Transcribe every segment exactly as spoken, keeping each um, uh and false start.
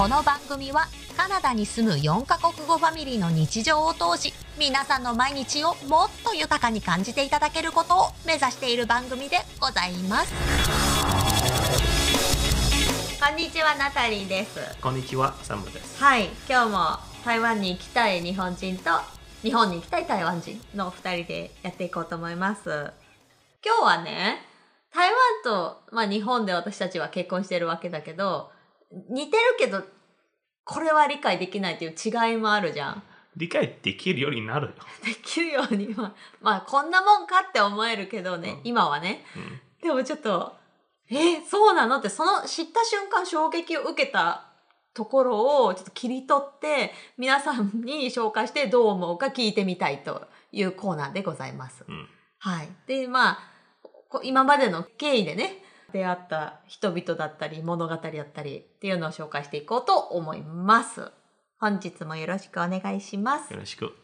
この番組はカナダに住むよんカ国語ファミリーの日常を通し、皆さんの毎日をもっと豊かに感じていただけることを目指している番組でございます。こんにちは、ナタリーです。 こんにちは、サムです。 はい、今日も台湾に行きたい日本人と日本に行きたい台湾人のふたりでやっていこうと思います。今日はね、台湾と、まあ、日本で私たちは結婚してるわけだけど、似てるけどこれは理解できないっていう違いもあるじゃん。 理解できるようになるよ。 できるようには、まあこんなもんかって思えるけどね、うん、今はね、うん、でもちょっとえー、そうなのってその知った瞬間衝撃を受けたところをちょっと切り取って皆さんに紹介してどう思うか聞いてみたいというコーナーでございます。うん、はい。で、まあ今までの経緯でね、出会った人々だったり物語だったりっていうのを紹介していこうと思います。本日もよろしくお願いします。 よろしく。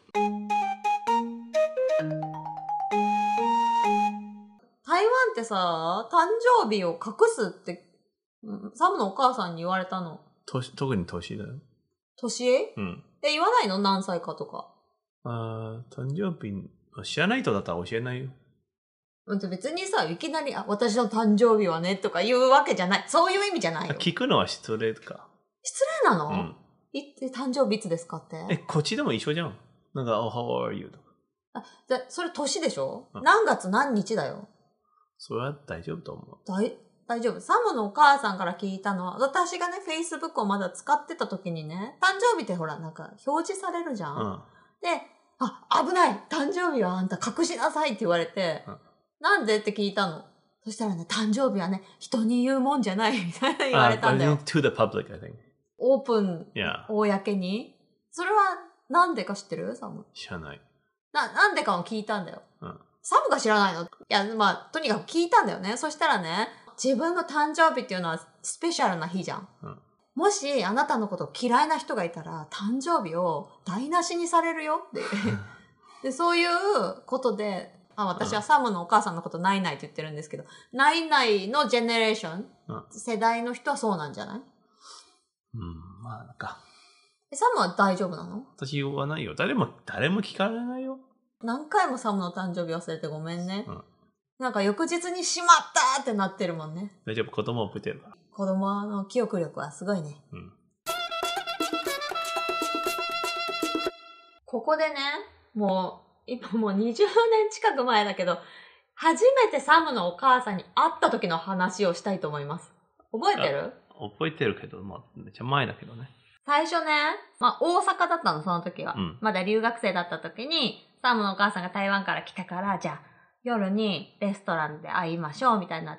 台湾ってさ、誕生日を隠すってサムのお母さんに言われたの。 特に年だよ。 年？ うん。 え、言わないの？何歳かとか。 ああ、誕生日知らない人だったら教えないよ。 別にさ、いきなり、あ、私の誕生日はね、とか言うわけじゃない。そういう意味じゃないよ。 聞くのは失礼か。 失礼なの？ うん。 いって誕生日いつですかって。 え、こっちでも一緒じゃん。なんか、oh, how are you? とか。 あ、じゃ、それ年でしょ？うん、何月何日だよ。 それは大丈夫と思う。 大、大丈夫。サムのお母さんから聞いたのは、私がね、Facebook をまだ使ってた時にね、誕生日ってほら、なんか表示されるじゃん。うん、で、あ、危ない！誕生日はあんた隠しなさいって言われて、うん、なんでって聞いたの。そしたらね、誕生日はね、人に言うもんじゃないみたいな言われたんだよ。 Uh, to the public, I think. オープン、 yeah. 公に。それはなんでか知ってる？サム。 知らない。 な、なんでかを聞いたんだよ。 うん、 サムが知らないの？いや、まあ、とにかく聞いたんだよね。そしたらね、自分の誕生日っていうのはスペシャルな日じゃん。うん、もしあなたのこと嫌いな人がいたら、誕生日を台無しにされるよって。で、そういうことで、あ、私はサムのお母さんのことないないって言ってるんですけど、ないないのジェネレーション、うん、世代の人はそうなんじゃない？ うん、まあなんか。 サムは大丈夫なの？ 私言わないよ。誰も、誰も聞かれないよ。 何回もサムの誕生日忘れてごめんね。うん、なんか翌日にしまったってなってるもんね。 大丈夫、子供を覚えてるから。 子供の記憶力はすごいね。うん、ここでね、もう、今もうにじゅうねん近く前だけど、初めてサムのお母さんに会った時の話をしたいと思います。覚えてる？ 覚えてるけど、まあ、めっちゃ前だけどね。 最初ね、まあ大阪だったの、その時は。うん、まだ留学生だった時に、サムのお母さんが台湾から来たから、じゃあ夜にレストランで会いましょうみたいになって、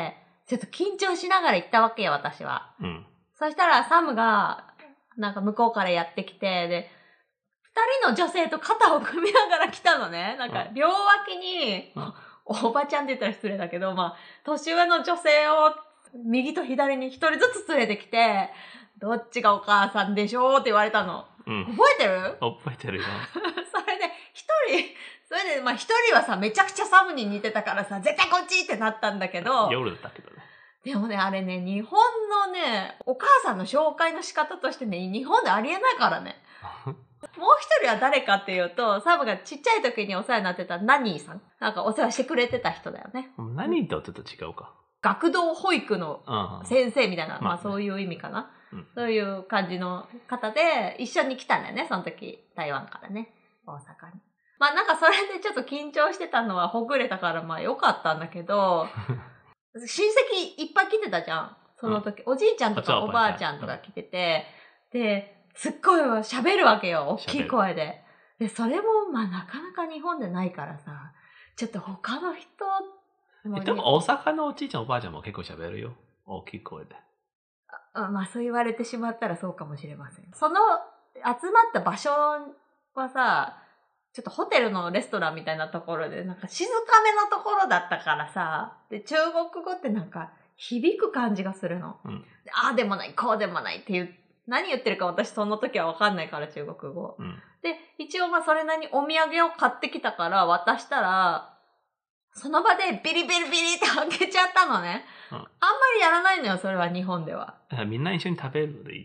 うん、ちょっと緊張しながら行ったわけよ、私は。うん、そしたらサムが、なんか向こうからやってきて、で、二人の女性と肩を組みながら来たのね。なんか両脇に、うん、おばちゃんって言ったら失礼だけど、まあ、年上の女性を右と左に一人ずつ連れてきて、どっちがお母さんでしょうって言われたの。うん、覚えてる？ 覚えてるよ。 それで、一人、それで、まあ一人はさ、めちゃくちゃサムに似てたからさ、絶対こっちってなったんだけど。 夜だったけどね。 でもね、あれね、日本のね、お母さんの紹介の仕方としてね、日本でありえないからね。もう一人は誰かっていうと、サムがちっちゃい時にお世話になってたナニーさん。なんかお世話してくれてた人だよね。 ナニーとちょっと違うか。 学童保育の先生みたいな、まあそういう意味かな。うん、そういう感じの方で一緒に来たんだよね、その時台湾からね、大阪に。まあなんかそれでちょっと緊張してたのはほぐれたからまあ良かったんだけど親戚いっぱい来てたじゃんその時、うん、おじいちゃんとかおばあちゃんとか来てて、うん、ですっごい喋るわけよ、大きい声で。でそれもまあなかなか日本でないからさ、ちょっと他の人もでも大阪のおじいちゃんおばあちゃんも結構喋るよ、大きい声で。 あ、まあそう言われてしまったらそうかもしれません。その集まった場所はさ、ちょっとホテルのレストランみたいなところでなんか静かめのところだったからさ、で中国語ってなんか響く感じがするの。うん、ああでもないこうでもないっていう、何言ってるか私その時は分かんないから中国語。うん、で一応まあそれなりにお土産を買ってきたから渡したら。その場でビリビリビリって開けちゃったのね。うん、あんまりやらないのよ、それは日本では。 みんな一緒に食べるでいいよ。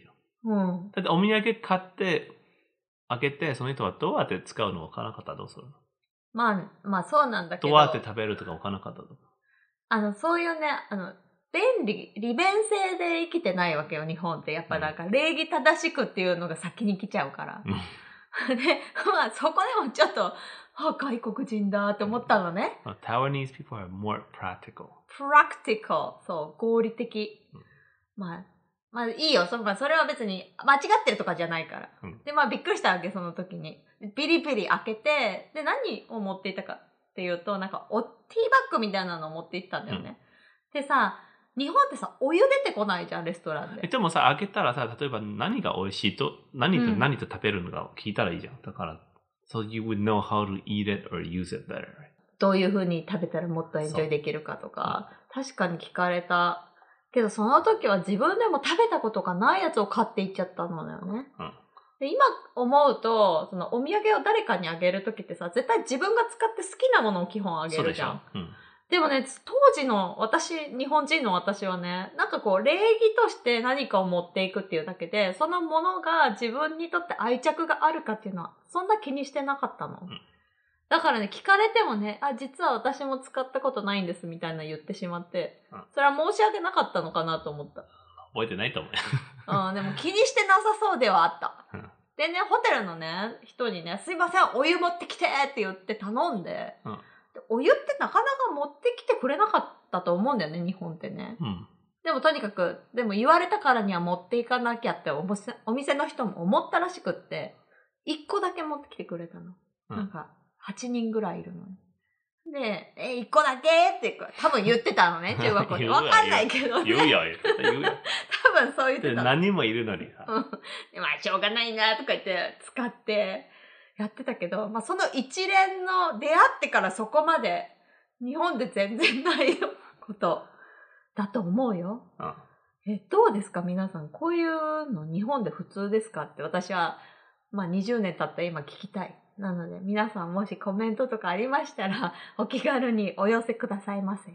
うん。 だってお土産買って、開けて、その人はどうやって使うの分からなかったらどうするの？ まあ、まあそうなんだけど。 どうやって食べるとか分からなかったとか。 あの、そういうね、あの、便利、利便性で生きてないわけよ、日本って。やっぱなんか礼儀正しくっていうのが先に来ちゃうから。で、まあそこでもちょっと、あ、外国人だって思ったのね。 Taiwanese people are more practical. practical. そう、合理的。うん、まあ、まあいいよ。そ, まあ、それは別に間違ってるとかじゃないから。うん、で、まあびっくりしたわけ、その時に。ビリビリ開けて、で、何を持っていたかっていうと、なんか、お、ティーバッグみたいなのを持っていったんだよね。うん、でさ、日本ってさ、お湯出てこないじゃん、レストランで。 でもさ、開けたらさ、例えば何が美味しいと、何と、うん、何と食べるのか聞いたらいいじゃん。だから、so you would know how to eat it or use it better. どういう風に食べたらもっとエンジョイできるかとか、確かに聞かれた。けどその時は自分でも食べたことがないやつを買っていっちゃったのだよね。うん、で今思うと、そのお土産を誰かにあげる時ってさ、絶対自分が使って好きなものを基本あげるじゃん。 そうでしょ。うんでもね、当時の私、日本人の私はね、なんかこう、礼儀として何かを持っていくっていうだけで、そのものが自分にとって愛着があるかっていうのは、そんな気にしてなかったの。うん、だからね、聞かれてもね、あ、実は私も使ったことないんですみたいな言ってしまって、うん、それは申し訳なかったのかなと思った。 覚えてないと思う。 うん、でも気にしてなさそうではあった。うん、でね、ホテルのね、人にね、すいません、お湯持ってきてって言って頼んで、うん、お湯ってなかなか持ってきてくれなかったと思うんだよね、日本ってね。うん、でもとにかく、でも言われたからには持っていかなきゃってお店、お店の人も思ったらしくって、一個だけ持ってきてくれたの。うん、なんか、はちにんぐらいいるの。で、え、一個だけって多分言ってたのね、中学校で。わかんないけどね。 言うよ、言うよ。 多分そう言ってた。 何人もいるのにさ。 まあ、しょうがないなとか言って使ってやってたけど、まあその一連の出会ってからそこまで日本で全然ないことだと思うよ。うん、え、どうですか皆さん。こういうの日本で普通ですかって私は、まあにじゅうねん経った今聞きたい。なので皆さんもしコメントとかありましたらお気軽にお寄せくださいませ。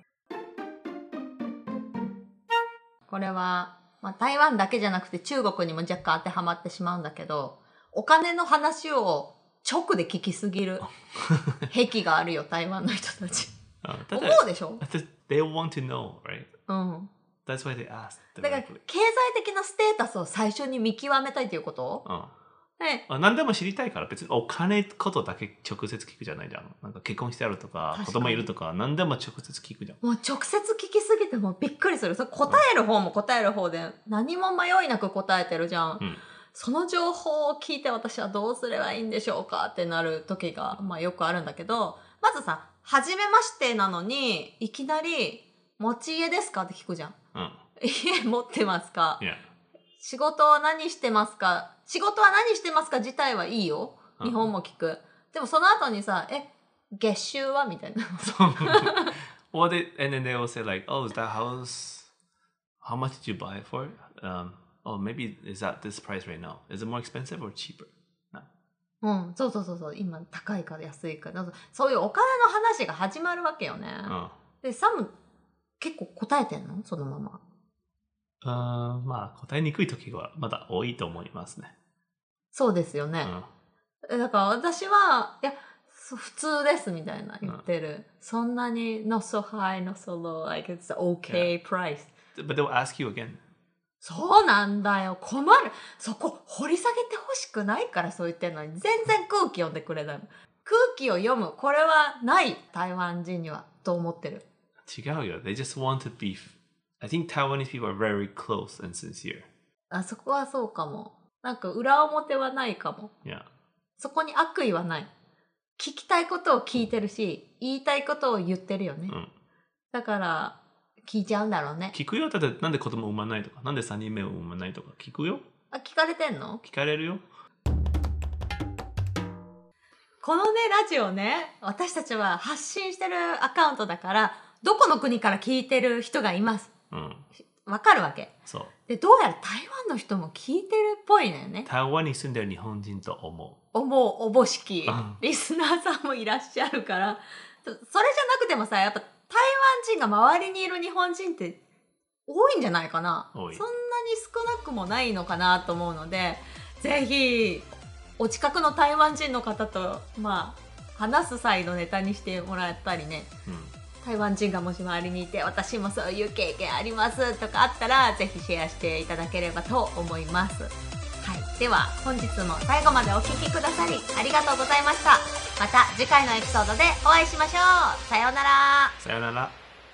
これは、まあ、台湾だけじゃなくて中国にも若干当てはまってしまうんだけど、お金の話を直で聞きすぎる癖があるよ、台湾の人たち。思うでしょ？ They want to know, right? うん。 That's why they ask. だから経済的なステータスを最初に見極めたいということ？うん。 ね、何でも知りたいから別にお金ことだけ直接聞くじゃないじゃん。なんか結婚してあるとか子供いるとか何でも直接聞くじゃん。 もう直接聞きすぎてもびっくりする。それ答える方も答える方で何も迷いなく答えてるじゃん。うん、その情報を聞いて私はどうすればいいんでしょうかってなる時が、まあ、よくあるんだけど、まずさ、初めましてなのにいきなり持ち家ですかって聞くじゃん。うん、家持ってますか、yeah. 仕事は何してますか仕事は何してますか自体はいいよ。日本も聞く。Uh-huh. でもその後にさ、え、月収はみたいな。 Well, they, and then they will say like, oh, is that house, how much did you buy it for? Um, oh, maybe is that this price right now? Is it more expensive or cheaper? No. うん、そうそうそうそう。今高いか安いか。そういうお金の話が始まるわけよね。Uh. で、サム結構答えてんのそのまま。 あまあ答えにくい時はまだ多いと思いますね。 そうですよね。うん、だから私は、いや、普通ですみたいな言ってる。うん、そんなに not so high, not so low, like it's okay price. But they'll ask you again. そうなんだよ。困る。そこ掘り下げてほしくないからそう言ってんのに全然空気読んでくれない。空気を読む。これはない台湾人にはと思ってる。 違うよ。They just want to be I think Taiwanese people are very close and sincere. あそこはそうかも。なんか裏表はないかも。 Yeah. そこに悪意はない。聞きたいことを聞いてるし、言いたいことを言ってるよね。うん、だから聞いちゃうんだろうね。 聞くよ。だってなんで子供産まないとか、なんでさんにんめを産まないとか聞くよ。 あ、聞かれてんの？ 聞かれるよ。 このねラジオね、私たちは発信してるアカウントだから、どこの国から聞いてる人がいます。うん、わかるわけ。 そう。 で、どうやら台湾の人も聞いてるっぽいのよね。 台湾に住んでる日本人と思う。 思う、おぼしき、うん、リスナーさんもいらっしゃるから、それじゃなくてもさ、やっぱ台湾人が周りにいる日本人って多いんじゃないかな。 多い。 そんな少なくもないのかなと思うので、ぜひお近くの台湾人の方とまあ話す際のネタにしてもらったりね、うん、台湾人がもし周りにいて私もそういう経験ありますとかあったらぜひシェアしていただければと思います。はい、では本日も最後までお聞きくださりありがとうございました。また次回のエピソードでお会いしましょう。さようなら。 さようなら。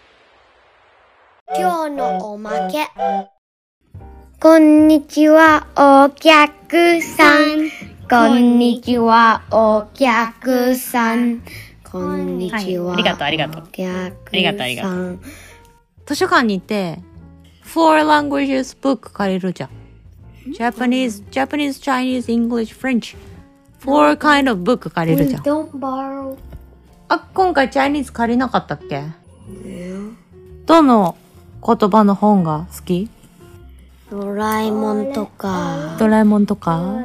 今日のおまけ。こんにちは、お客さん。こんにちは、お客さん。こんにちは。 はい、ありがとう、ありがとう。 お客さん。 ありがとう、ありがとう。図書館に行って、four languages book 借りるじゃん。Japanese, Japanese, Chinese, English, French. Four kind of book 借りるじゃん。 We don't borrow. あ、今回 Chinese 借りなかったっけ？どの言葉の本が好き？ ドラえもんとか。 ドラえもんとか。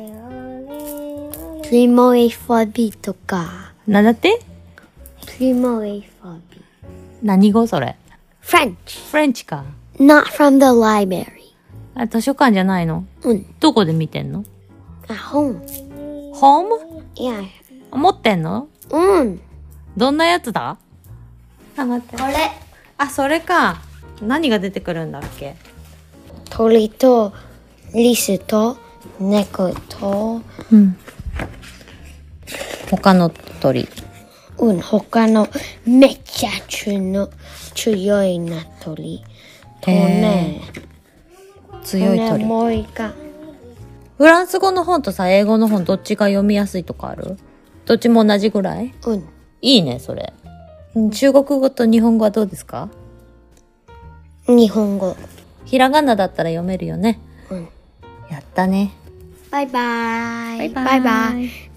プリモエファビとか。 なんだって？ プリモエファビ。 何語それ？ French. French か。 Not from the library. あ、図書館じゃないの？ うん。 どこで見てんの？ あ、本。 ホーム？ いや。 持ってんの？ うん。 どんなやつだ？あ、待って。 これ。 あ、それか。何が出てくるんだっけ？ 鳥と、リスと、猫と、 うん。他の鳥。 うん、他のめっちゃ強の強いな鳥。とね。 強い鳥。 もう一回。 フランス語の本とさ、英語の本どっちが読みやすいとかある？どっちも同じぐらい？ うん。 いいね、それ。中国語と日本語はどうですか？ 日本語。 ひらがなだったら読めるよね。 うん。 やったね。 バイバイ。 バイバイ。 バイバイ。